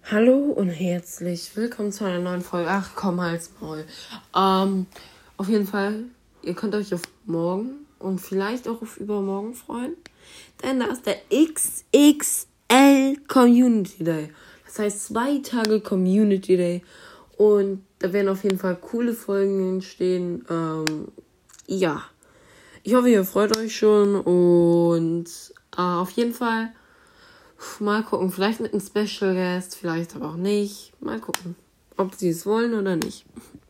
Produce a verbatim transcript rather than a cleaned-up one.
Hallo und herzlich willkommen zu einer neuen Folge. Ach komm, halt's Maul. Ähm, auf jeden Fall, ihr könnt euch auf morgen und vielleicht auch auf übermorgen freuen. Denn da ist der X X L Community Day. Das heißt zwei Tage Community Day. Und da werden auf jeden Fall coole Folgen entstehen. Ähm, ja. Ich hoffe, ihr freut euch schon. Und äh, auf jeden Fall mal gucken, vielleicht mit einem Special Guest, vielleicht aber auch nicht. Mal gucken, ob sie es wollen oder nicht.